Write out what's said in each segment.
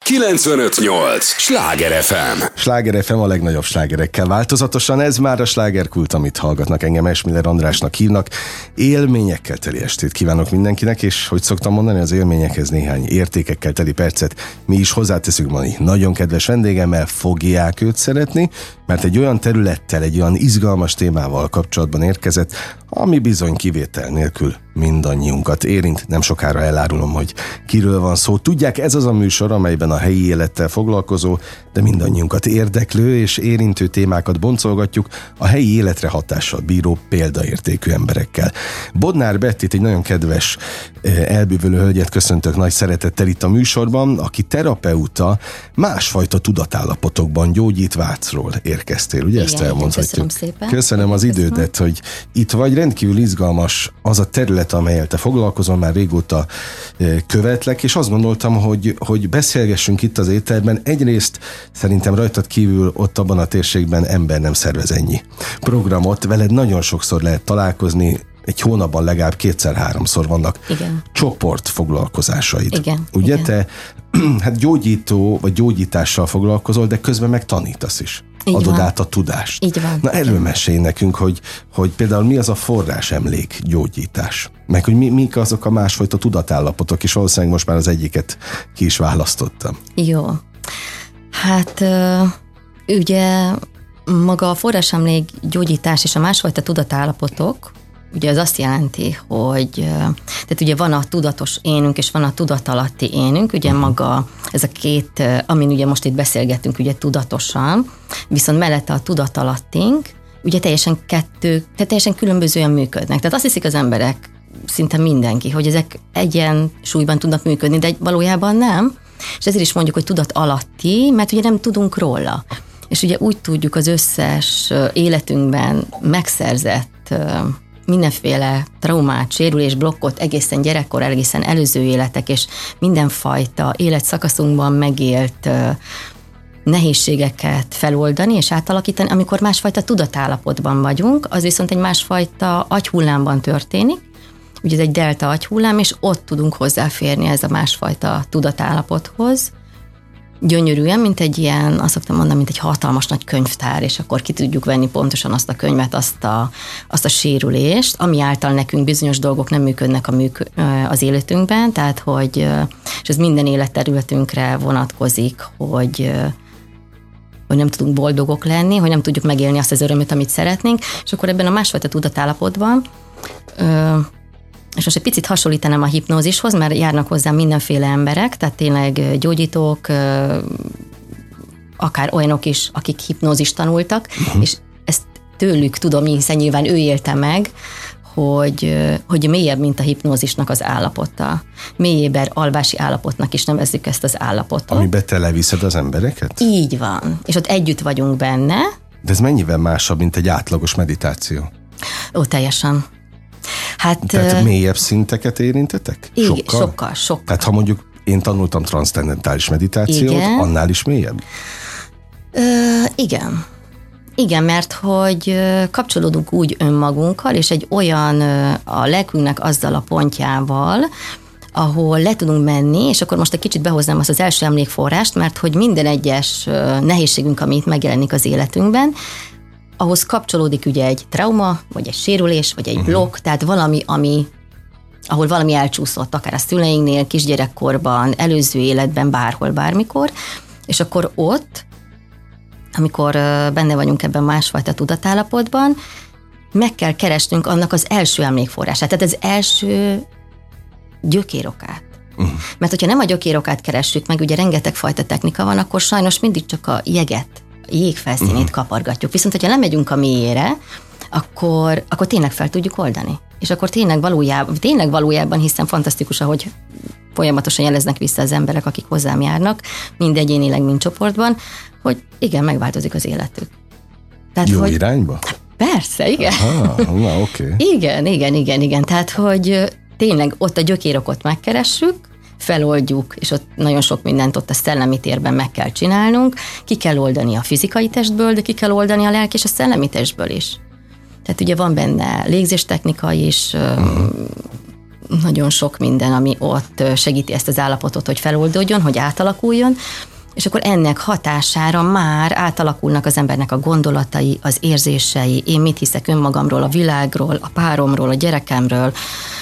95.8 Sláger FM. Sláger FM a legnagyobb slágerekkel változatosan. Ez már a slágerkult, amit hallgatnak. Engem Esmiller Andrásnak hívnak. Élményekkel teli estét kívánok mindenkinek, és hogy szoktam mondani, az élményekhez néhány értékekkel teli percet mi is hozzáteszünk mai nagyon kedves vendégemmel. Fogják őt szeretni, mert egy olyan területtel, egy olyan izgalmas témával kapcsolatban érkezett, ami bizony kivétel nélkül mindannyiunkat érint. Nem sokára elárulom, hogy kiről van szó. Tudják, ez az a műsor, amelyben a helyi élettel foglalkozó, de mindannyiunkat érdeklő és érintő témákat boncolgatjuk a helyi életre hatással bíró példaértékű emberekkel. Bodnár Bettit, egy nagyon kedves, elbűvölő hölgyet köszöntök nagy szeretettel itt a műsorban, aki terapeuta, másfajta tudatállapotokban gyógyít Vácról érkeztél, ugye? Igen, ezt elmondhatjuk. köszönöm szépen. Köszönöm az idődet, hogy itt vagy. Rendkívül izgalmas az a terület, amelyel te foglalkozol, már régóta követlek, és azt gondoltam, hogy beszélgessünk itt az ételben. Egyrészt szerintem rajtad kívül ott abban a térségben ember nem szervez ennyi programot. Veled nagyon sokszor lehet találkozni, egy hónapban legalább 2-3-szor vannak csoportfoglalkozásaid. Igen. Ugye igen. te hát gyógyító vagy gyógyítással foglalkozol, de közben meg tanítasz is. Így Adod van. át a tudást. Így van. Na erről mesélj nekünk, hogy például mi az a forrásemlék gyógyítás, meg hogy mik azok a másfajta tudatállapotok, és valószínűleg most már az egyiket ki is választottam. Jó. Hát ugye maga a forrásemlék gyógyítás és a másfajta tudatállapotok, ugye az azt jelenti, hogy tehát ugye van a tudatos énünk, és van a tudatalatti énünk, ugye maga ez a két, amin ugye most itt beszélgetünk, ugye tudatosan, viszont mellette a tudatalattink, ugye teljesen különbözően működnek. Tehát azt hiszik az emberek, szinte mindenki, hogy ezek egyensúlyban tudnak működni, de valójában nem, és ezért is mondjuk, hogy tudat alatti, mert ugye nem tudunk róla. És ugye úgy tudjuk az összes életünkben megszerzett mindenféle traumát, sérülés, blokkot egészen gyerekkor, egészen előző életek és mindenfajta életszakaszunkban megélt nehézségeket feloldani és átalakítani, amikor másfajta tudatállapotban vagyunk, az viszont egy másfajta agyhullámban történik, ugye ez egy delta agyhullám, és ott tudunk hozzáférni ez a másfajta tudatállapothoz, gyönyörűen, mint egy ilyen, azt szoktam mondani, mint egy hatalmas nagy könyvtár, és akkor ki tudjuk venni pontosan azt a könyvet, azt a sérülést, ami által nekünk bizonyos dolgok nem működnek az életünkben, tehát hogy, és ez minden életterületünkre vonatkozik, hogy nem tudunk boldogok lenni, hogy nem tudjuk megélni azt az örömöt, amit szeretnénk, és akkor ebben a másfajta tudatállapotban és most egy picit hasonlítanám a hipnózishoz, mert járnak hozzá mindenféle emberek, tehát tényleg gyógyítók, akár olyanok is, akik hipnózist tanultak, és ezt tőlük tudom, hiszen nyilván ő élte meg, hogy mélyebb, mint a hipnózisnak az állapota. Mélyéber alvási állapotnak is nevezzük ezt az állapotot. Amiben te leviszed az embereket? Így van. És ott együtt vagyunk benne. De ez mennyivel másabb, mint egy átlagos meditáció? Ó, teljesen. Hát, tehát mélyebb szinteket érintetek? Igen, Sokkal? sokkal. Tehát ha mondjuk én tanultam transzcendentális meditációt, igen. Annál is mélyebb? Igen. Igen, mert hogy kapcsolódunk úgy önmagunkkal, és egy olyan a lelkünknek azzal a pontjával, ahol le tudunk menni, és akkor most egy kicsit behoznám azt az első emlékforrást, mert hogy minden egyes nehézségünk, ami itt megjelenik az életünkben, ahhoz kapcsolódik ugye egy trauma, vagy egy sérülés, vagy egy blokk, tehát valami, ahol valami elcsúszott, akár a szüleinknél, kisgyerekkorban, előző életben, bárhol, bármikor, és akkor ott, amikor benne vagyunk ebben másfajta tudatállapotban, meg kell keresnünk annak az első emlékforrását, tehát az első gyökérokát. Mert hogyha nem a gyökérokát keressük meg, ugye rengeteg fajta technika van, akkor sajnos mindig csak a jégfelszínét kapargatjuk. Viszont, hogyha lemegyünk a mélyére, akkor tényleg fel tudjuk oldani. És akkor tényleg valójában, hiszen fantasztikus, ahogy folyamatosan jeleznek vissza az emberek, akik hozzám járnak, mind egyénileg, mind csoportban, hogy igen, megváltozik az életük. Tehát, jó irányba? Persze, igen. Aha, na oké. Igen. Tehát, hogy tényleg ott a gyökérokot megkeressük, feloldjuk, és ott nagyon sok mindent ott a szellemi térben meg kell csinálnunk, ki kell oldani a fizikai testből, de ki kell oldani a lelki és a szellemi testből is. Tehát ugye van benne légzéstechnika is, nagyon sok minden, ami ott segíti ezt az állapotot, hogy feloldódjon, hogy átalakuljon, és akkor ennek hatására már átalakulnak az embernek a gondolatai, az érzései, én mit hiszek önmagamról, a világról, a páromról, a gyerekemről,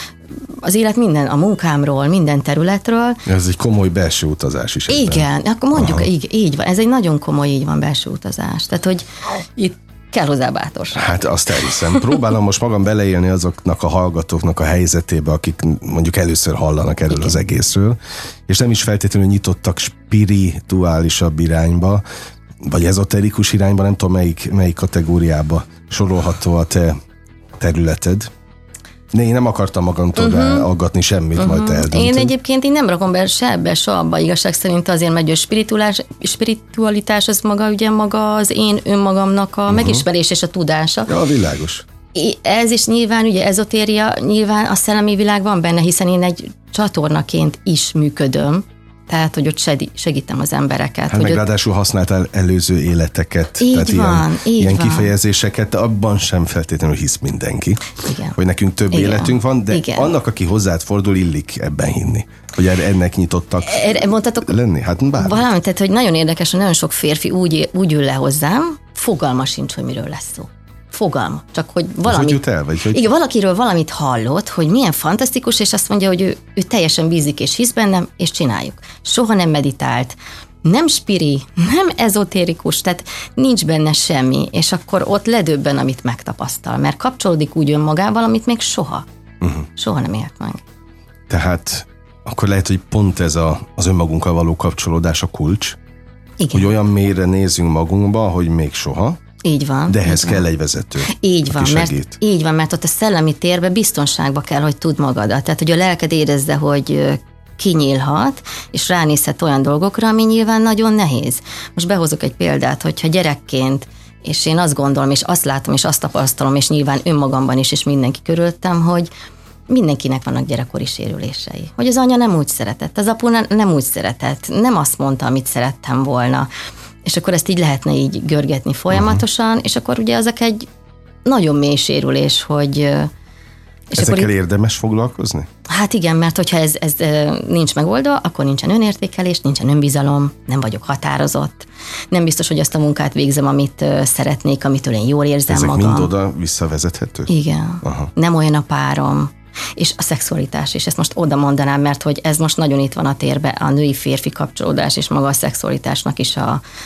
az élet minden, a munkámról, minden területről. Ez egy komoly belső utazás is. Igen, akkor mondjuk így van, ez egy nagyon komoly így van belső utazás. Tehát, hogy itt kell hozzá bátorság. Hát azt elhiszem. Próbálom most magam beleélni azoknak a hallgatóknak a helyzetébe, akik mondjuk először hallanak erről az egészről, és nem is feltétlenül nyitottak spirituálisabb irányba, vagy ezoterikus irányba, nem tudom melyik kategóriába sorolható a te területed. Én nem akartam magamtól aggatni semmit, majd te eldöntöd. Én egyébként így nem rakom be se ebbe, se abba, igazság szerint azért megy, hogy spiritualitás az maga az én önmagamnak a megismerés és a tudása. Ja, világos. Ez is nyilván, ugye ezotéria, nyilván a szellemi világ van benne, hiszen én egy csatornaként is működöm, tehát, hogy ott segítem az embereket. Hát meg ráadásul használtál előző életeket, így tehát van, ilyen kifejezéseket, abban sem feltétlenül hisz mindenki, igen. Hogy nekünk több életünk van, de annak, aki hozzád fordul, illik ebben hinni, hogy ennek nyitottak mondhatok lenni. Hát bármit. Valamint, tehát, hogy nagyon érdekes, hogy nagyon sok férfi úgy ül le hozzám, fogalma sincs, hogy miről lesz szó. Fogalma. Csak hogy valami. Hogy jut el, vagy hogy... Igen, valakiről valamit hallott, hogy milyen fantasztikus, és azt mondja, hogy ő teljesen bízik és hisz bennem, és csináljuk. Soha nem meditált, nem spiri, nem ezotérikus, tehát nincs benne semmi, és akkor ott ledöbben, amit megtapasztal, mert kapcsolódik úgy önmagával, amit még soha nem élt meg. Tehát akkor lehet, hogy pont ez az önmagunkkal való kapcsolódás a kulcs, igen. Hogy olyan mélyre nézzünk magunkba, hogy még soha. Így van. De ehhez kell egy vezető. Így van, mert ott a szellemi térbe biztonságba kell, hogy tud magadat. Tehát, hogy a lelked érezze, hogy kinyílhat, és ránézhet olyan dolgokra, ami nyilván nagyon nehéz. Most behozok egy példát, hogyha gyerekként, és én azt gondolom, és azt látom, és azt tapasztalom, és nyilván önmagamban is, és mindenki körülöttem, hogy mindenkinek vannak gyerekkori sérülései. Hogy az anya nem úgy szeretett, az apu nem úgy szeretett, nem azt mondta, amit szerettem volna. És akkor ezt így lehetne így görgetni folyamatosan, és akkor ugye azok egy nagyon mély sérülés, hogy... És ezekkel akkor érdemes foglalkozni? Hát igen, mert hogyha ez nincs megoldva, akkor nincsen önértékelés, nincsen önbizalom, nem vagyok határozott, nem biztos, hogy azt a munkát végzem, amit szeretnék, amitől én jól érzem ezek magam. Mind oda visszavezethető? Igen. Aha. Nem olyan a párom. És a szexualitás is, ezt most oda mondanám, mert hogy ez most nagyon itt van a térben, a női-férfi kapcsolódás, és maga a szexualitásnak is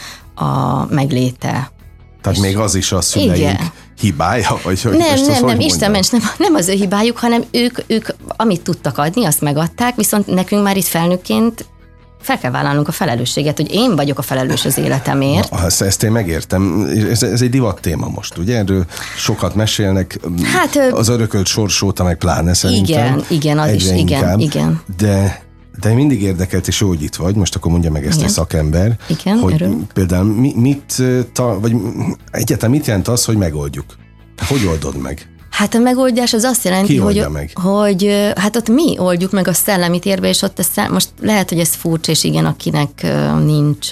a megléte. Tehát és még az is a szüleink hibája? Vagy hogy nem, Isten ments, nem az ő hibájuk, hanem ők amit tudtak adni, azt megadták, viszont nekünk már itt felnőttként fel kell vállalnunk a felelősséget, hogy én vagyok a felelős az életemért. Na, ezt én megértem. Ez egy divat téma most, ugye? Erről sokat mesélnek. Hát, az örökölt sors óta meg pláne szerintem. Igen, az is, igen. De mindig érdekelt, és jó, hogy itt vagy, most akkor mondja meg ezt a szakember, igen, hogy öröm. Például vagy egyáltalán mit jelent az, hogy megoldjuk? Hogy oldod meg? Hát a megoldás az azt jelenti, hogy hát ott mi oldjuk meg a szellemi térbe, és ott most lehet, hogy ez furcsa, és igen, akinek nincs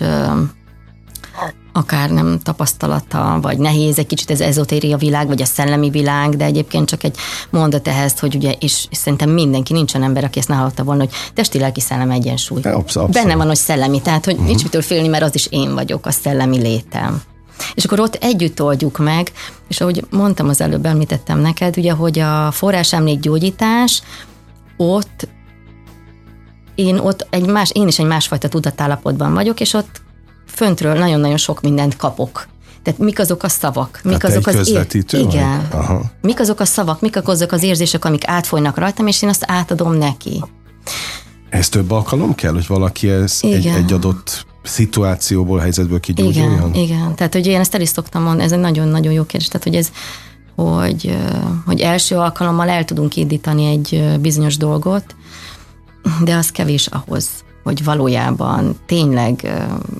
akár nem tapasztalata, vagy nehéz egy kicsit ez ezotéria világ, vagy a szellemi világ, de egyébként csak egy mondat ehhez, hogy ugye, és szerintem mindenki, nincsen ember, aki ezt ne hallotta volna, hogy testi-lelki szellem egyensúly. Benne van, hogy szellemi, tehát hogy nincs mitől félni, mert az is én vagyok, a szellemi létem. És akkor ott együtt oldjuk meg, és ahogy mondtam az előbb, említettem neked, ugye, hogy a forrásemlékgyógyítás, én is egy másfajta tudatállapotban vagyok, és ott föntről nagyon-nagyon sok mindent kapok. Tehát mik azok a szavak, mik azok az igen. Mik azok a szavak, mik azok az érzések, amik átfolynak rajtam, és én azt átadom neki. Ez több alkalom kell, hogy valaki egy adott szituációból, helyzetből kigyógyuljon? Igen. Tehát, hogy én ezt el is szoktam mondani, ez egy nagyon-nagyon jó kérdés. Tehát, hogy első alkalommal el tudunk indítani egy bizonyos dolgot, de az kevés ahhoz, hogy valójában tényleg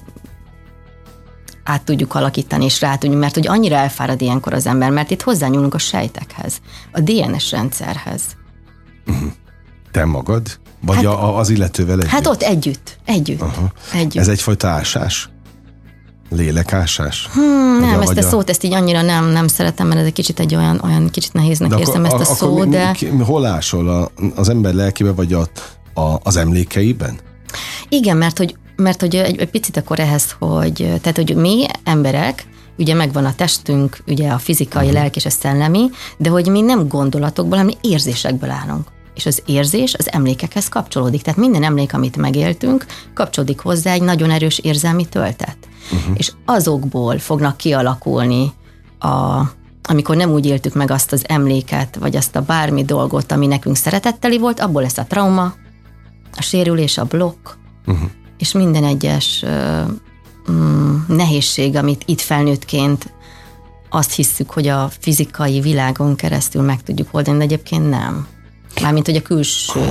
át tudjuk alakítani, és rá tudjuk, mert hogy annyira elfárad ilyenkor az ember, mert itt hozzányúlunk a sejtekhez, a DNS rendszerhez. Te magad? Vagy az illetővel együtt? Hát ott együtt. Ez egyfajta ásás? Lélekásás? Nem, ezt a szót, ezt így annyira nem szeretem, mert ez egy kicsit egy olyan kicsit nehéznek érzem ezt a szót, de... Hol ásol az ember lelkébe, vagy az emlékeiben? Igen, mert hogy egy picit akkor ehhez, hogy mi emberek, ugye megvan a testünk, ugye a fizikai, lelki és a szellemi, de hogy mi nem gondolatokból, hanem érzésekből állunk. És az érzés az emlékekhez kapcsolódik. Tehát minden emlék, amit megéltünk, kapcsolódik hozzá egy nagyon erős érzelmi töltet. És azokból fognak kialakulni, amikor nem úgy éltük meg azt az emléket, vagy azt a bármi dolgot, ami nekünk szeretetteli volt, abból lesz a trauma, a sérülés, a blokk, és minden egyes nehézség, amit itt felnőttként azt hisszük, hogy a fizikai világon keresztül meg tudjuk oldani, de egyébként nem. Mármint, hogy a külső.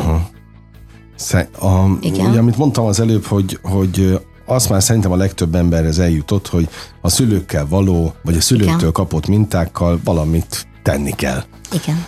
Ugye, amit mondtam az előbb, hogy azt már szerintem a legtöbb emberhez eljutott, hogy a szülőkkel való, vagy a szülőktől kapott mintákkal valamit tenni kell. Igen.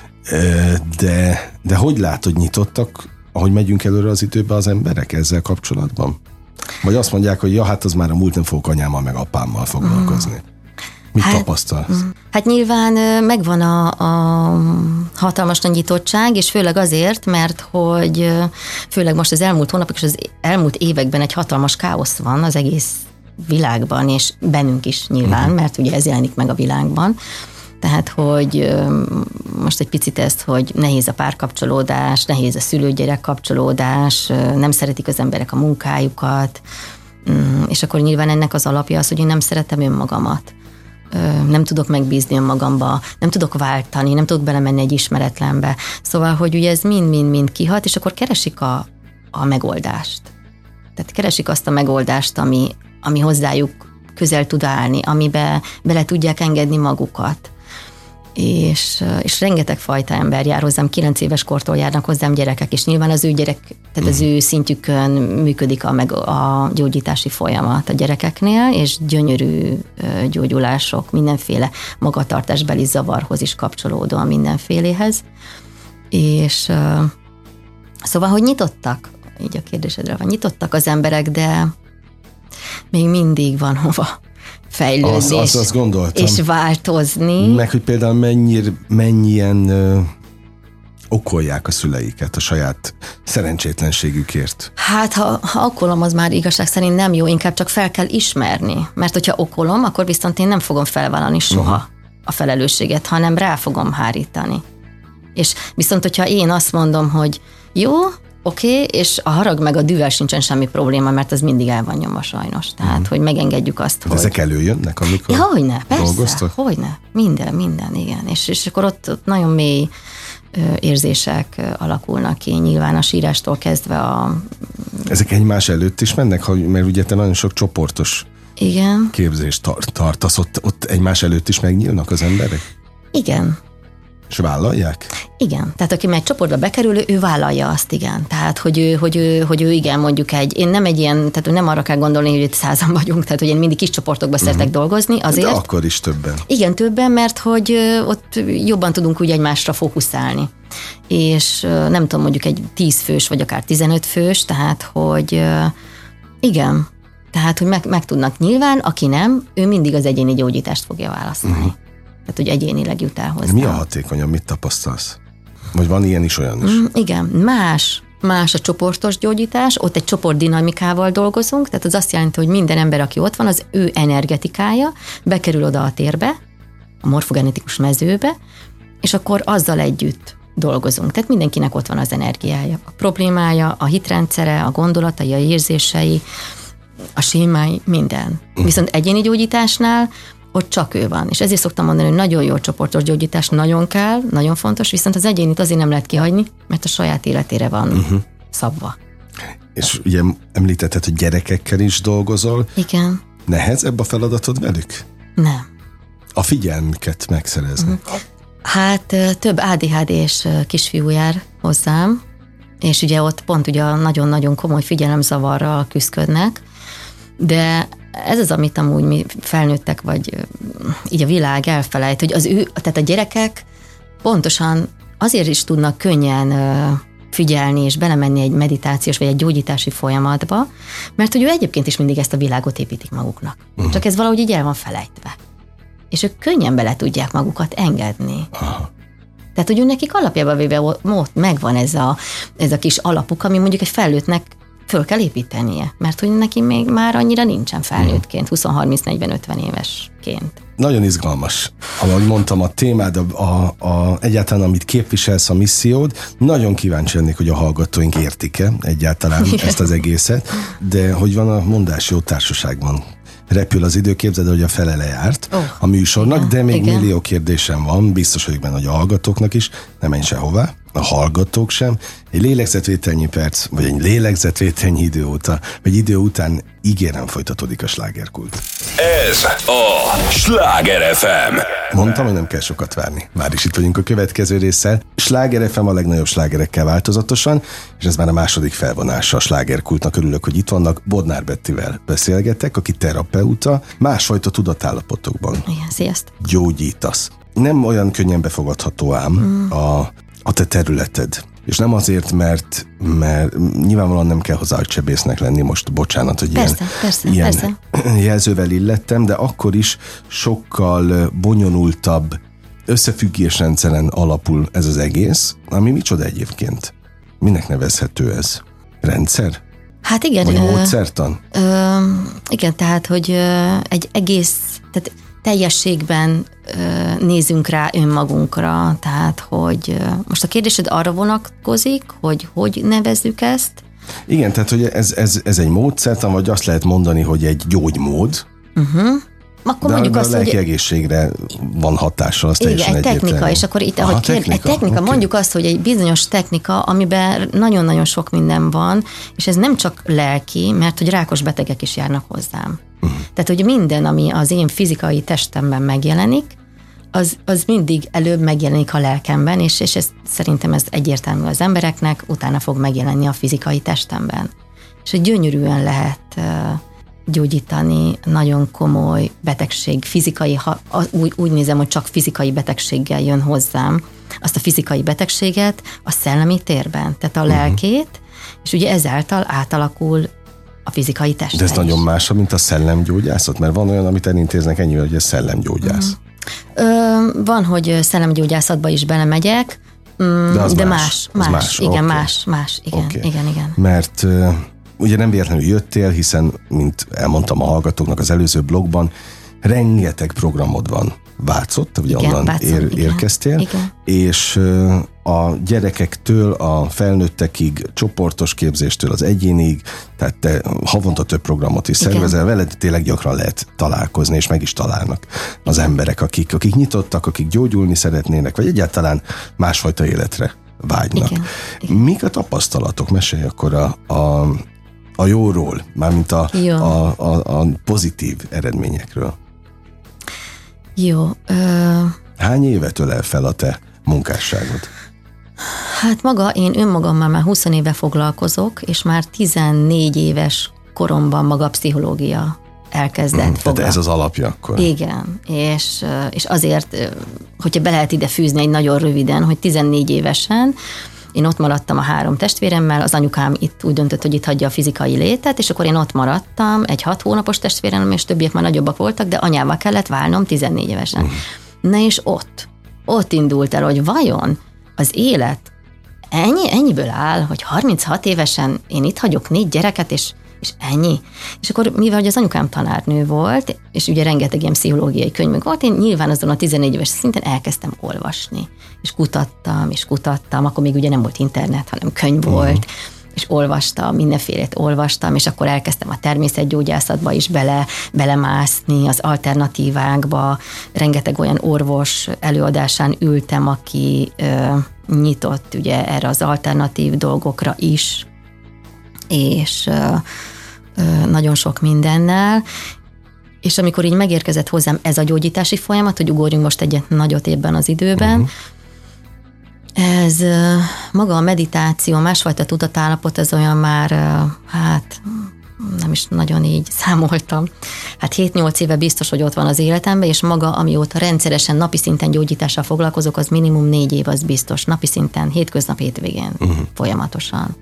De hogy látod, nyitottak, ahogy megyünk előre az időbe az emberek ezzel kapcsolatban? Vagy azt mondják, hogy ja, hát az már a múlt, nem fogok anyámmal meg apámmal foglalkozni. Mit tapasztalsz? Hát nyilván megvan a hatalmas nagy nyitottság, és főleg azért, mert hogy főleg most az elmúlt hónapok és az elmúlt években egy hatalmas káosz van az egész világban, és bennünk is nyilván, mert ugye ez jelenik meg a világban. Tehát, hogy most egy picit ezt, hogy nehéz a párkapcsolódás, nehéz a szülő-gyerek kapcsolódás, nem szeretik az emberek a munkájukat, és akkor nyilván ennek az alapja az, hogy én nem szeretem önmagamat. Nem tudok megbízni önmagamba, nem tudok váltani, nem tudok belemenni egy ismeretlenbe. Szóval, hogy ugye ez mind kihat, és akkor keresik a megoldást. Tehát keresik azt a megoldást, ami hozzájuk közel tud állni, amibe bele tudják engedni magukat. És rengeteg fajta ember jár hozzám, 9 éves kortól járnak hozzám gyerekek, és nyilván az ő tehát az ő szintjükön működik a gyógyítási folyamat a gyerekeknél, és gyönyörű gyógyulások, mindenféle magatartásbeli zavarhoz is kapcsolódóan mindenféléhez. És szóval, hogy nyitottak, így a kérdésedre van, nyitottak az emberek, de még mindig van hova fejlődni, azt gondoltam. És változni. Meg, hogy például mennyien okolják a szüleiket a saját szerencsétlenségükért. Hát, ha okolom, az már igazság szerint nem jó, inkább csak fel kell ismerni. Mert hogyha okolom, akkor viszont én nem fogom felvállalni soha a felelősséget, hanem rá fogom hárítani. És viszont, hogyha én azt mondom, hogy jó, oké, és a harag meg a dühvel sincsen semmi probléma, mert az mindig el van nyomva sajnos. Tehát, hogy megengedjük azt, hogy... Ezek előjönnek, amikor hogyne, dolgoztak? Persze, hogyne. Minden, igen. És akkor ott nagyon mély érzések alakulnak ki, nyilván a sírástól kezdve Ezek egymás előtt is mennek, mert ugye te nagyon sok csoportos képzést tartasz, ott egymás előtt is megnyílnak az emberek? Igen. És vállalják? Igen. Tehát aki egy csoportba bekerül, ő vállalja azt, igen. Tehát, hogy ő igen, mondjuk én nem egy ilyen, tehát nem arra kell gondolni, hogy itt 100-an vagyunk, tehát hogy én mindig kis csoportokba szeretek dolgozni, azért. De akkor is többen. Igen, többen, mert hogy ott jobban tudunk úgy egymásra fókuszálni. És nem tudom, mondjuk egy 10 fős, vagy akár 15 fős, tehát, hogy igen, tehát, hogy meg tudnak nyilván, aki nem, ő mindig az egyéni gyógyítást fogja választani. Tehát, hogy egyénileg jut el hozzá. Mi a hatékonyabb, mit tapasztalsz? Vagy van ilyen is, olyan is? Igen, más a csoportos gyógyítás, ott egy csoport dinamikával dolgozunk, tehát az azt jelenti, hogy minden ember, aki ott van, az ő energetikája bekerül oda a térbe, a morfogenetikus mezőbe, és akkor azzal együtt dolgozunk. Tehát mindenkinek ott van az energiája, a problémája, a hitrendszere, a gondolatai, a érzései, a sémái, minden. Viszont egyéni gyógyításnál ott csak ő van. És ezért szoktam mondani, hogy nagyon jó csoportos gyógyítás, nagyon kell, nagyon fontos, viszont az egyénit azért nem lehet kihagyni, mert a saját életére van szabva. És ugye említetted, hogy gyerekekkel is dolgozol. Igen. Nehezebb a feladatod velük? Nem. A figyelmüket megszerezni. Hát több ADHD-s kisfiú jár hozzám, és ugye ott pont ugye nagyon-nagyon komoly figyelemzavarral küzdködnek, de ez az, amit amúgy mi felnőttek, vagy így a világ elfelejt, hogy tehát a gyerekek pontosan azért is tudnak könnyen figyelni és belemenni egy meditációs vagy egy gyógyítási folyamatba, mert hogy ő egyébként is mindig ezt a világot építik maguknak. Csak ez valahogy így el van felejtve. És ők könnyen bele tudják magukat engedni. Aha. Tehát, hogy nekik alapjában véve megvan ez a kis alapuk, ami mondjuk egy felnőttnek föl kell építenie, mert hogy neki még már annyira nincsen felnőttként, 20-30-40-50 évesként. Nagyon izgalmas. Ahogy mondtam, a témád, egyáltalán amit képviselsz, a missziód, nagyon kíváncsi lennék, hogy a hallgatóink értik-e egyáltalán ezt az egészet, de hogy van a mondás, jó társaságban repül az idő, képzeld, hogy a fele lejárt a műsornak, igen, de még millió kérdésem van, biztos vagyok benne, hogy a hallgatóknak is, nem menj sehová, a hallgatók sem. Egy lélegzetvételnyi perc, vagy egy lélegzetvételnyi idő után ígérem folytatódik a slágerkult. Ez a Sláger FM. Mondtam, hogy nem kell sokat várni. Már is itt vagyunk a következő résszel. Sláger FM a legnagyobb slágerekkel változatosan, és ez már a második felvonása a slágerkultnak. Örülök, hogy itt vannak. Bodnár Bettivel beszélgetek, aki terapeuta, másfajta tudatállapotokban. Igen, sziasztok. Gyógyítasz. Nem olyan könnyen befogadható ám a te területed. És nem azért, mert nyilvánvalóan nem kell hozzá agycsebésznek lenni, most bocsánat, hogy ilyen jelzővel illettem, de akkor is sokkal bonyolultabb összefüggésrendszeren alapul ez az egész, ami micsoda egyébként? Minek nevezhető ez? Rendszer? Hát igen. Vagy módszertan? Igen, tehát, hogy egy egész, tehát teljességben nézünk rá önmagunkra, tehát, hogy most a kérdésed arra vonatkozik, hogy nevezzük ezt? Igen, tehát, hogy ez egy módszertan, vagy azt lehet mondani, hogy egy gyógymód, akkor de mondjuk a azt, lelki hogy egészségre van hatással, az igen, teljesen egy technika, egyértelmű. és akkor itt egy technika, okay. Mondjuk azt, hogy egy bizonyos technika, amiben nagyon-nagyon sok minden van, és ez nem csak lelki, mert hogy rákos betegek is járnak hozzám. Tehát, hogy minden, ami az én fizikai testemben megjelenik, az mindig előbb megjelenik a lelkemben, és szerintem ez egyértelmű az embereknek, utána fog megjelenni a fizikai testemben. És hogy gyönyörűen lehet gyógyítani nagyon komoly betegség, fizikai, úgy nézem, hogy csak fizikai betegséggel jön hozzám, azt a fizikai betegséget a szellemi térben, tehát a lelkét, és ugye ezáltal átalakul a fizikai testre. De ez nagyon másabb, mint a szellemgyógyászat? Mert van olyan, amit elintéznek ennyivel, hogy ez szellemgyógyász. Van, hogy szellemgyógyászatba is belemegyek, de más. Igen, okay. más. Igen. Mert ugye nem véletlenül jöttél, hiszen, mint elmondtam a hallgatóknak az előző blogban, rengeteg programod van. Vácott, ugye onnan érkeztél, igen. És a gyerekektől a felnőttekig, csoportos képzéstől az egyénig, tehát te havonta több programot is szervezel, veled tényleg gyakran lehet találkozni, és meg is találnak az emberek, akik nyitottak, akik gyógyulni szeretnének, vagy egyáltalán másfajta életre vágynak. Igen. Mik a tapasztalatok? Mesélj akkor a jóról, mármint a pozitív eredményekről. Jó. Hány évet ölel fel a te munkásságod? Hát én önmagammal már 20 éve foglalkozok, és már 14 éves koromban maga a pszichológia elkezdett Tehát ez az alapja akkor? Igen, és azért, hogyha be lehet ide fűzni egy nagyon röviden, hogy 14 évesen én ott maradtam a 3 testvéremmel, az anyukám itt úgy döntött, hogy itt hagyja a fizikai létet, és akkor én ott maradtam, egy 6 hónapos testvérem, és többiek már nagyobbak voltak, de anyával kellett válnom 14 évesen. Na és ott indult el, hogy vajon az élet ennyiből áll, hogy 36 évesen én itt hagyok 4 gyereket, és ennyi. És akkor, mivel hogy az anyukám tanárnő volt, és ugye rengeteg ilyen pszichológiai könyvünk volt, én nyilván azon a 14 éves szinten elkezdtem olvasni. És kutattam, akkor még ugye nem volt internet, hanem könyv volt, és olvastam, mindenfélét olvastam, és akkor elkezdtem a természetgyógyászatba is belemászni, az alternatívákba, rengeteg olyan orvos előadásán ültem, aki nyitott ugye erre az alternatív dolgokra is, és nagyon sok mindennel, és amikor így megérkezett hozzám ez a gyógyítási folyamat, hogy ugorjunk most egyet nagyot ebben az időben, ez maga a meditáció, másfajta tudatállapot, ez olyan már, nem is nagyon így számoltam. Hát 7-8 éve biztos, hogy ott van az életemben, és maga, amióta rendszeresen napi szinten gyógyítással foglalkozok, az minimum 4 év, az biztos. Napi szinten, hétköznap, hétvégén, folyamatosan.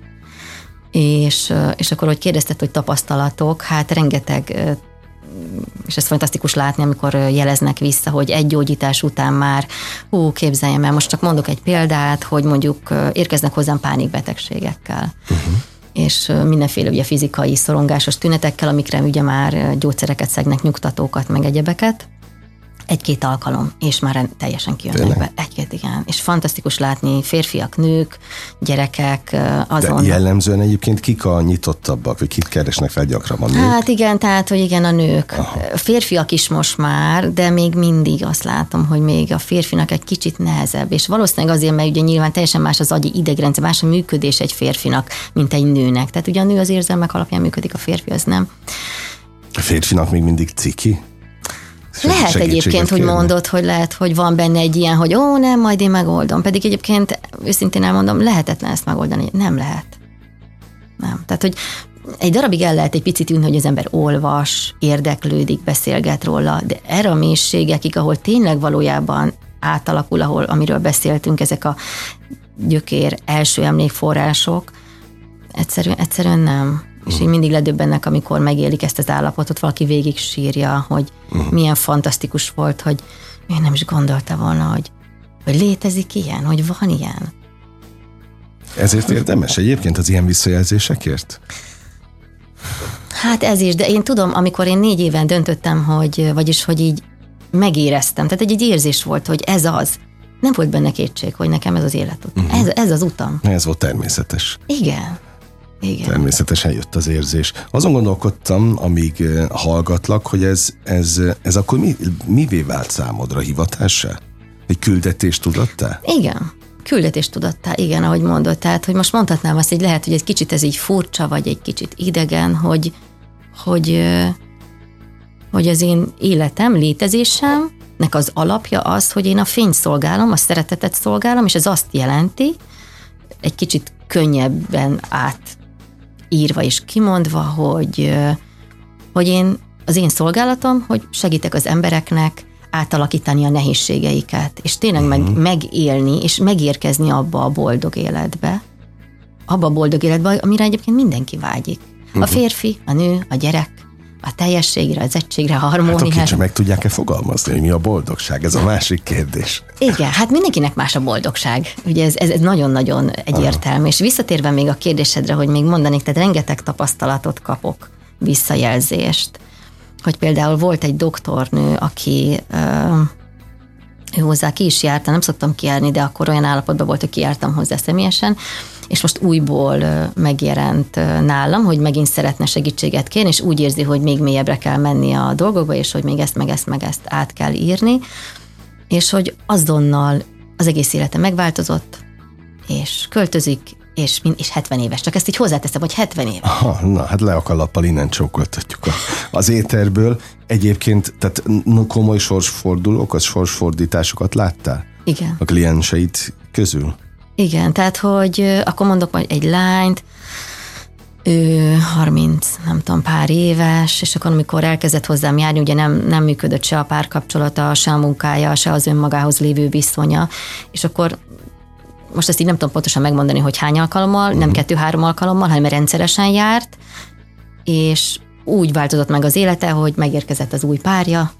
És akkor, hogy kérdezted, hogy tapasztalatok, hát rengeteg, és ez fantasztikus látni, amikor jeleznek vissza, hogy egy gyógyítás után már, képzeljem el, most csak mondok egy példát, hogy mondjuk érkeznek hozzám pánikbetegségekkel. És mindenféle ugye fizikai szorongásos tünetekkel, amikre ugye már gyógyszereket szegnek, nyugtatókat, meg egyebeket. 1-2 alkalom, és már teljesen kijönnek be. 1-2, igen. És fantasztikus látni férfiak, nők, gyerekek azon. De jellemzően egyébként kik a nyitottabbak, vagy kit keresnek fel gyakrabban? Nők? Hát igen, tehát, hogy igen, a nők. Aha. Férfiak is most már, de még mindig azt látom, hogy még a férfinak egy kicsit nehezebb. És valószínűleg azért, mert ugye nyilván teljesen más az agyi idegrendszer, más a működés egy férfinak, mint egy nőnek. Tehát ugye a nő az érzelmek alapján működik, a férfi az nem. A férfinak még mindig ciki? Lehet egyébként, hogy mondod, hogy lehet, hogy van benne egy ilyen, hogy nem, majd én megoldom. Pedig egyébként őszintén elmondom, lehetetlen ezt megoldani. Nem lehet. Nem. Tehát, hogy egy darabig el lehet egy picit ülni, hogy az ember olvas, érdeklődik, beszélget róla, de erre a mélységekig, ahol tényleg valójában átalakul, amiről beszéltünk, ezek a gyökér első emlékforrások, egyszerűen nem. És így mindig ledöbbennek, amikor megélik ezt az állapotot, valaki végig sírja, hogy milyen fantasztikus volt, hogy én nem is gondolta volna, hogy létezik ilyen, hogy van ilyen. Ezért érdemes egyébként az ilyen visszajelzésekért? Hát ez is, de én tudom, amikor én 4 éven döntöttem, vagyis hogy így megéreztem, tehát egy érzés volt, hogy ez az. Nem volt benne kétség, hogy nekem ez az életút. Ez az utam. Ez volt természetes. Igen. Igen. Természetesen jött az érzés. Azon gondolkodtam, amíg hallgatlak, hogy ez akkor mivé vált számodra, hivatássá? Egy küldetéstudattá? Igen, küldetéstudattá, igen, ahogy mondod. Tehát, hogy most mondhatnám azt, hogy lehet, hogy egy kicsit ez így furcsa, vagy egy kicsit idegen, hogy az én életem, létezésemnek az alapja az, hogy én a fényt szolgálom, a szeretetet szolgálom, és ez azt jelenti, egy kicsit könnyebben átírva és kimondva, hogy az én szolgálatom, hogy segítek az embereknek átalakítani a nehézségeiket, és tényleg megélni, és megérkezni abba a boldog életbe, amire egyébként mindenki vágyik. A férfi, a nő, a gyerek, a teljességre, az egységre, a harmóniára. Hát meg tudják-e fogalmazni, hogy mi a boldogság? Ez a másik kérdés. Igen, hát mindenkinek más a boldogság. Ugye ez nagyon-nagyon egyértelmű. És visszatérve még a kérdésedre, hogy még mondanék, tehát rengeteg tapasztalatot kapok, visszajelzést, hogy például volt egy doktornő, aki ő hozzá ki is jártam, nem szoktam kijárni, de akkor olyan állapotban volt, hogy kijártam hozzá személyesen, és most újból megjelent nálam, hogy megint szeretne segítséget kérni, és úgy érzi, hogy még mélyebbre kell menni a dolgokba, és hogy még ezt át kell írni, és hogy azonnal az egész élete megváltozott, és költözik, és 70 éves. Csak ezt így hozzáteszem, hogy 70 éves. Aha, na, hát le a kalappal innen csókoltatjuk az éterből. Egyébként, tehát komoly sorsfordulókat, sorsfordításokat láttál? Igen. A klienseid közül? Igen, tehát, hogy akkor mondok majd egy lányt, ő 30, nem tudom, pár éves, és akkor amikor elkezdett hozzám járni, ugye nem működött se a párkapcsolata, se a munkája, se az önmagához lévő viszonya, és akkor most ezt így nem tudom pontosan megmondani, hogy hány alkalommal, nem 2-3 alkalommal, hanem rendszeresen járt, és úgy változott meg az élete, hogy megérkezett az új párja,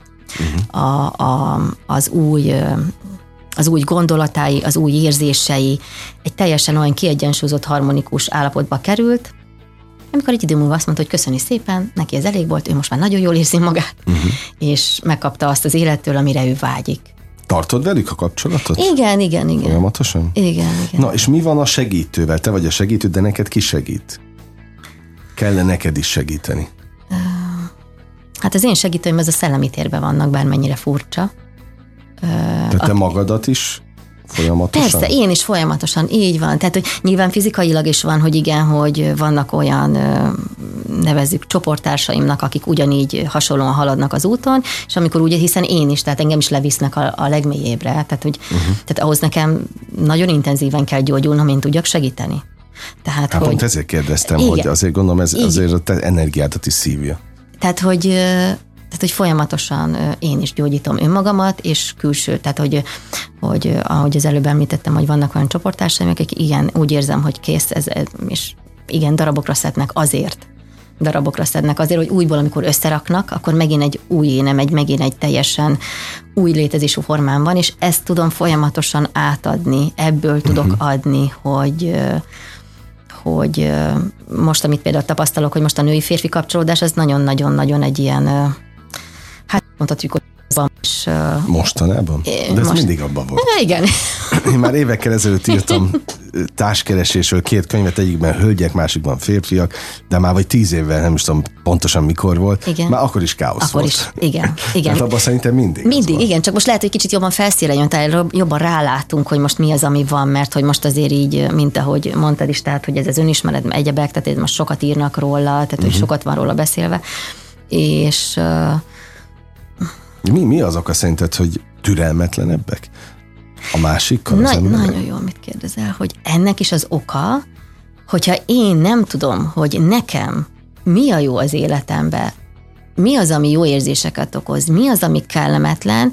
az új gondolatái, az új érzései, egy teljesen olyan kiegyensúlyozott, harmonikus állapotba került, amikor egy idő múlva azt mondta, hogy köszöni szépen, neki ez elég volt, ő most már nagyon jól érzi magát, és megkapta azt az élettől, amire ő vágyik. Tartod velük a kapcsolatot? Igen. Folyamatosan? Igen. Na, és mi van a segítővel? Te vagy a segítő, de neked ki segít? Kell-e neked is segíteni? Hát az én segítőim az a szellemi térben vannak, bármennyire furcsa. Tehát te magadat is folyamatosan? Persze, én is folyamatosan, így van. Tehát, hogy nyilván fizikailag is van, hogy igen, hogy vannak olyan, nevezzük csoporttársaimnak, akik ugyanígy hasonlóan haladnak az úton, és amikor úgy, hiszen én is, tehát engem is levisznek a legmélyébbre, tehát, hogy, tehát ahhoz nekem nagyon intenzíven kell gyógyulnom, én tudjak segíteni. Tehát, hát pont ezért kérdeztem, igen, hogy azért gondolom ez azért a te energiádat is szívja. Tehát, hogy folyamatosan én is gyógyítom önmagamat, és külső, tehát, hogy ahogy az előbb említettem, hogy vannak olyan csoporttársaim, akik igen, úgy érzem, hogy kész, és igen, darabokra szednek azért, hogy újból, amikor összeraknak, akkor megint egy új énem, megint egy teljesen új létezésű formám van, és ezt tudom folyamatosan átadni, ebből tudok adni, hogy most, amit például tapasztalok, hogy most a női-férfi kapcsolódás, az nagyon-nagyon-nagyon egy ilyen, hát mondhatjuk, hogy van. És, mostanában? De ez mindig abban volt. Igen. Én már évekkel ezelőtt írtam társkeresésről 2 könyvet, egyikben hölgyek, másikban férfiak, de már vagy 10 évvel, nem is tudom pontosan mikor volt, igen, már akkor is káosz volt. Is, igen. Hát abban szerintem mindig. Mindig, igen, csak most lehet, hogy kicsit jobban felszínre jön, tehát jobban rálátunk, hogy most mi az, ami van, mert hogy most azért így, mint ahogy mondtad is, tehát hogy ez az önismeret, egyebek, tehát most sokat írnak róla, tehát hogy sokat van róla beszélve, és... Mi az oka szerinted, hogy türelmetlenebbek? A másikkal? Nagyon jó, amit kérdezel, hogy ennek is az oka, hogyha én nem tudom, hogy nekem mi a jó az életemben, mi az, ami jó érzéseket okoz, mi az, ami kellemetlen,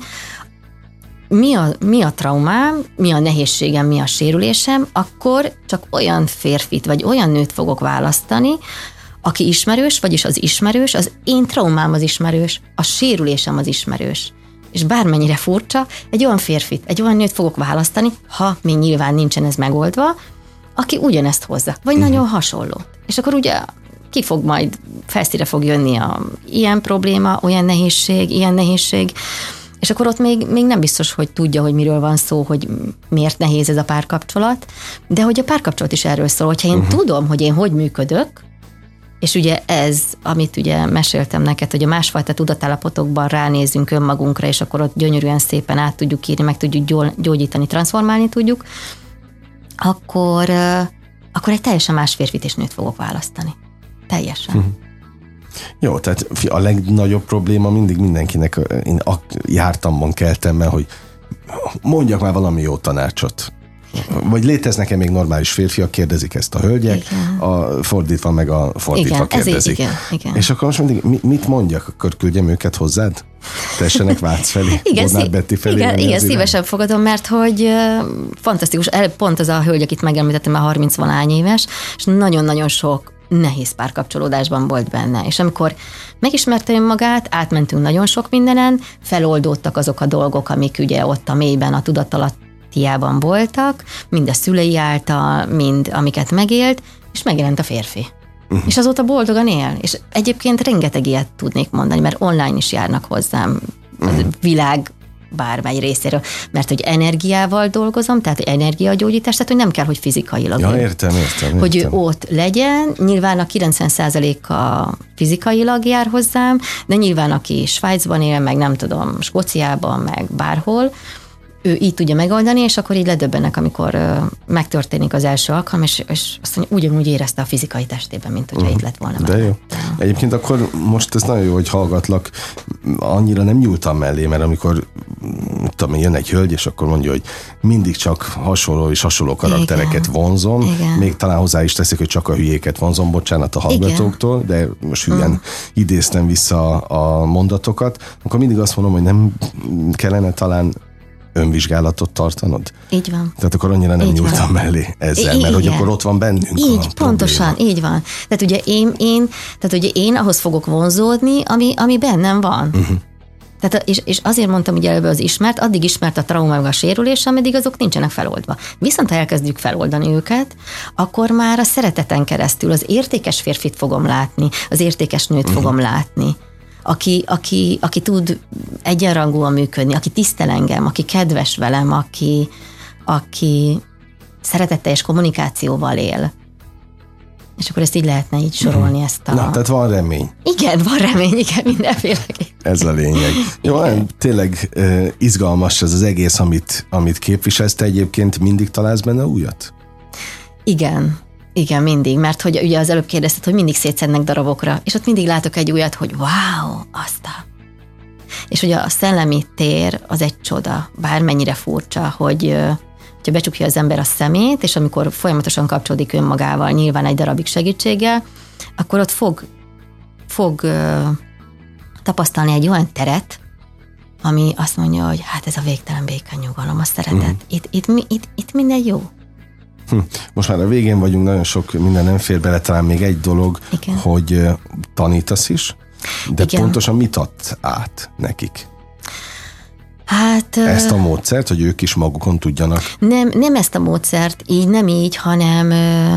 mi a traumám, mi a nehézségem, mi a sérülésem, akkor csak olyan férfit vagy olyan nőt fogok választani, aki ismerős, vagyis az ismerős, az én traumám az ismerős, a sérülésem az ismerős. És bármennyire furcsa, egy olyan férfit, egy olyan nőt fogok választani, ha még nyilván nincsen ez megoldva, aki ugyanezt hozza, vagy nagyon hasonló. És akkor ugye ki fog majd, felszínre fog jönni ilyen probléma, olyan nehézség, ilyen nehézség, és akkor ott még nem biztos, hogy tudja, hogy miről van szó, hogy miért nehéz ez a párkapcsolat, de hogy a párkapcsolat is erről szól, hogyha én tudom, hogy én hogy működök, és ugye ez, amit ugye meséltem neked, hogy a másfajta tudatállapotokban ránézünk önmagunkra, és akkor ott gyönyörűen szépen át tudjuk írni, meg tudjuk gyógyítani, transformálni tudjuk, akkor egy teljesen más férfit és nőt fogok választani. Teljesen. Jó, tehát a legnagyobb probléma mindig mindenkinek, én jártamban keltem el, hogy mondjak már valami jó tanácsot. Vagy léteznek-e még normális férfiak, kérdezik ezt a hölgyek, fordítva meg a fordítva igen, kérdezik. Igen. És akkor most mindig, mit mondjak, akkor küldjem őket hozzád? Tessenek Vác felé, Bodnár Betty felé. Igen, szívesen fogadom, mert hogy fantasztikus, pont az a hölgy, akit megemlítettem, már 30-valány éves, és nagyon-nagyon sok nehéz párkapcsolódásban volt benne. És amikor megismerte önmagát, átmentünk nagyon sok mindenen, feloldódtak azok a dolgok, amik ugye ott a mélyben, a tudatalattjában voltak, mind a szülei által, mind amiket megélt, és megjelent a férfi. És azóta boldogan él. És egyébként rengeteg ilyet tudnék mondani, mert online is járnak hozzám világ bármely részéről, mert hogy energiával dolgozom, tehát energiagyógyítás, tehát hogy nem kell, hogy fizikailag. Ja, értem. Hogy ő ott legyen, nyilván a 90%-a fizikailag jár hozzám, de nyilván aki Svájcban él, meg nem tudom, Skóciában, meg bárhol, ő így tudja megoldani, és akkor így ledöbbenek, amikor megtörténik az első alkalom, és azt mondja, ugyanúgy érezte a fizikai testében, mint hogyha itt lett volna. De jó. Egyébként akkor most ez nagyon jó, hogy hallgatlak, annyira nem nyúltam mellé, mert amikor tudom, jön egy hölgy, és akkor mondja, hogy mindig csak hasonló és hasonló karaktereket vonzom, még talán hozzá is teszik, hogy csak a hülyéket vonzom, bocsánat a hallgatóktól, de most hülyen idéztem vissza a mondatokat, akkor mindig azt mondom, hogy nem kellene talán önvizsgálatot tartanod? Így van. Tehát akkor annyira nem nyúltam mellé ezzel, mert hogy akkor ott van bennünk így, pontosan, probléma. Így van. Tehát ugye én ahhoz fogok vonzódni, ami bennem van. Tehát, és azért mondtam ugye előbb az ismert, addig ismert a trauma meg a sérülés, ameddig azok nincsenek feloldva. Viszont ha elkezdjük feloldani őket, akkor már a szereteten keresztül az értékes férfit fogom látni, az értékes nőt fogom látni. Aki tud egyenrangúan működni, aki tisztel engem, aki kedves velem, aki szeretetteljes kommunikációval él. És akkor ezt így lehetne így sorolni ezt a... Na, tehát van remény. Igen, van remény, igen, mindenféleképpen. Ez a lényeg. Jó, tényleg izgalmas ez az egész, amit képviselsz. Te egyébként mindig találsz benne újat? Igen, mindig, mert hogy ugye az előbb kérdezted, hogy mindig szétszednek darabokra, és ott mindig látok egy újat, hogy wow, És ugye a szellemi tér az egy csoda, bármennyire furcsa, hogy hogyha becsukja az ember a szemét, és amikor folyamatosan kapcsolódik önmagával, nyilván egy darabig segítséggel, akkor ott fog tapasztalni egy olyan teret, ami azt mondja, hogy hát ez a végtelen béke, nyugalom, a szeretet. Itt minden jó. Most már a végén vagyunk, nagyon sok minden nem fér bele, talán még egy dolog, igen, hogy tanítasz is, de igen, pontosan mit ad át nekik? Hát, ezt a módszert, hogy ők is magukon tudjanak? Nem ezt a módszert, nem így, hanem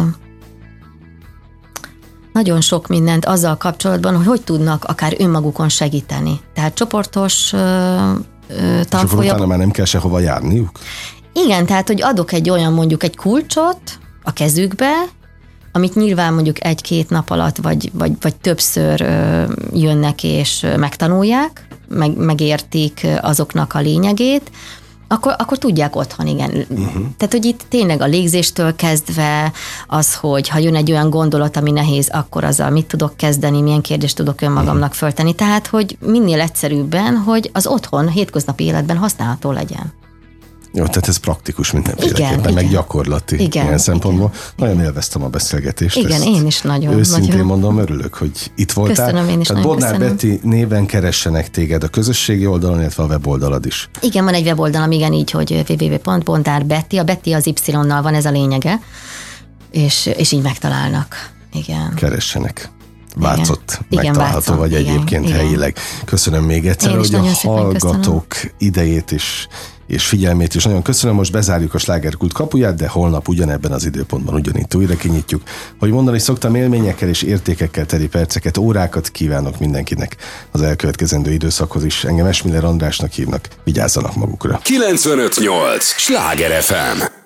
nagyon sok mindent azzal kapcsolatban, hogy tudnak akár önmagukon segíteni. Tehát csoportos tanfolyam. És akkor utána már nem kell sehova járniuk? Igen, tehát, hogy adok mondjuk egy kulcsot a kezükbe, amit nyilván mondjuk 1-2 nap alatt, vagy többször jönnek és megtanulják, megértik azoknak a lényegét, akkor tudják otthon, igen. Tehát, hogy itt tényleg a légzéstől kezdve az, hogy ha jön egy olyan gondolat, ami nehéz, akkor azzal mit tudok kezdeni, milyen kérdést tudok önmagamnak föltenni. Tehát, hogy minél egyszerűbben, hogy az otthon, hétköznapi életben használható legyen. Jó, tehát ez praktikus mindenféleképpen, meg gyakorlati ilyen szempontból. Igen. Nagyon élveztem a beszélgetést. Igen, én is nagyon. Őszintén mondom, örülök, hogy itt voltál. Köszönöm, én is tehát Bodnár Betty néven keressenek téged a közösségi oldalon, illetve a weboldalad is. Igen, van egy weboldalam, igen, így, hogy www.bodnárbetty, a Betty az Y-nal van, ez a lényege, és így megtalálnak. Igen. Keressenek. Vácott, megtalálható vagy egyébként helyileg. Köszönöm még egyszer, hogy a hallgatók idejét és figyelmét is nagyon köszönöm. Most bezárjuk a Slágerkult kapuját, de holnap ugyanebben az időpontban ugyanitt újra kinyitjuk. Hogy mondani szoktam, élményekkel és értékekkel teli perceket, órákat kívánok mindenkinek az elkövetkezendő időszakhoz is. Engem Esmiller Andrásnak hívnak, vigyázzanak magukra. 95.8 Sláger FM.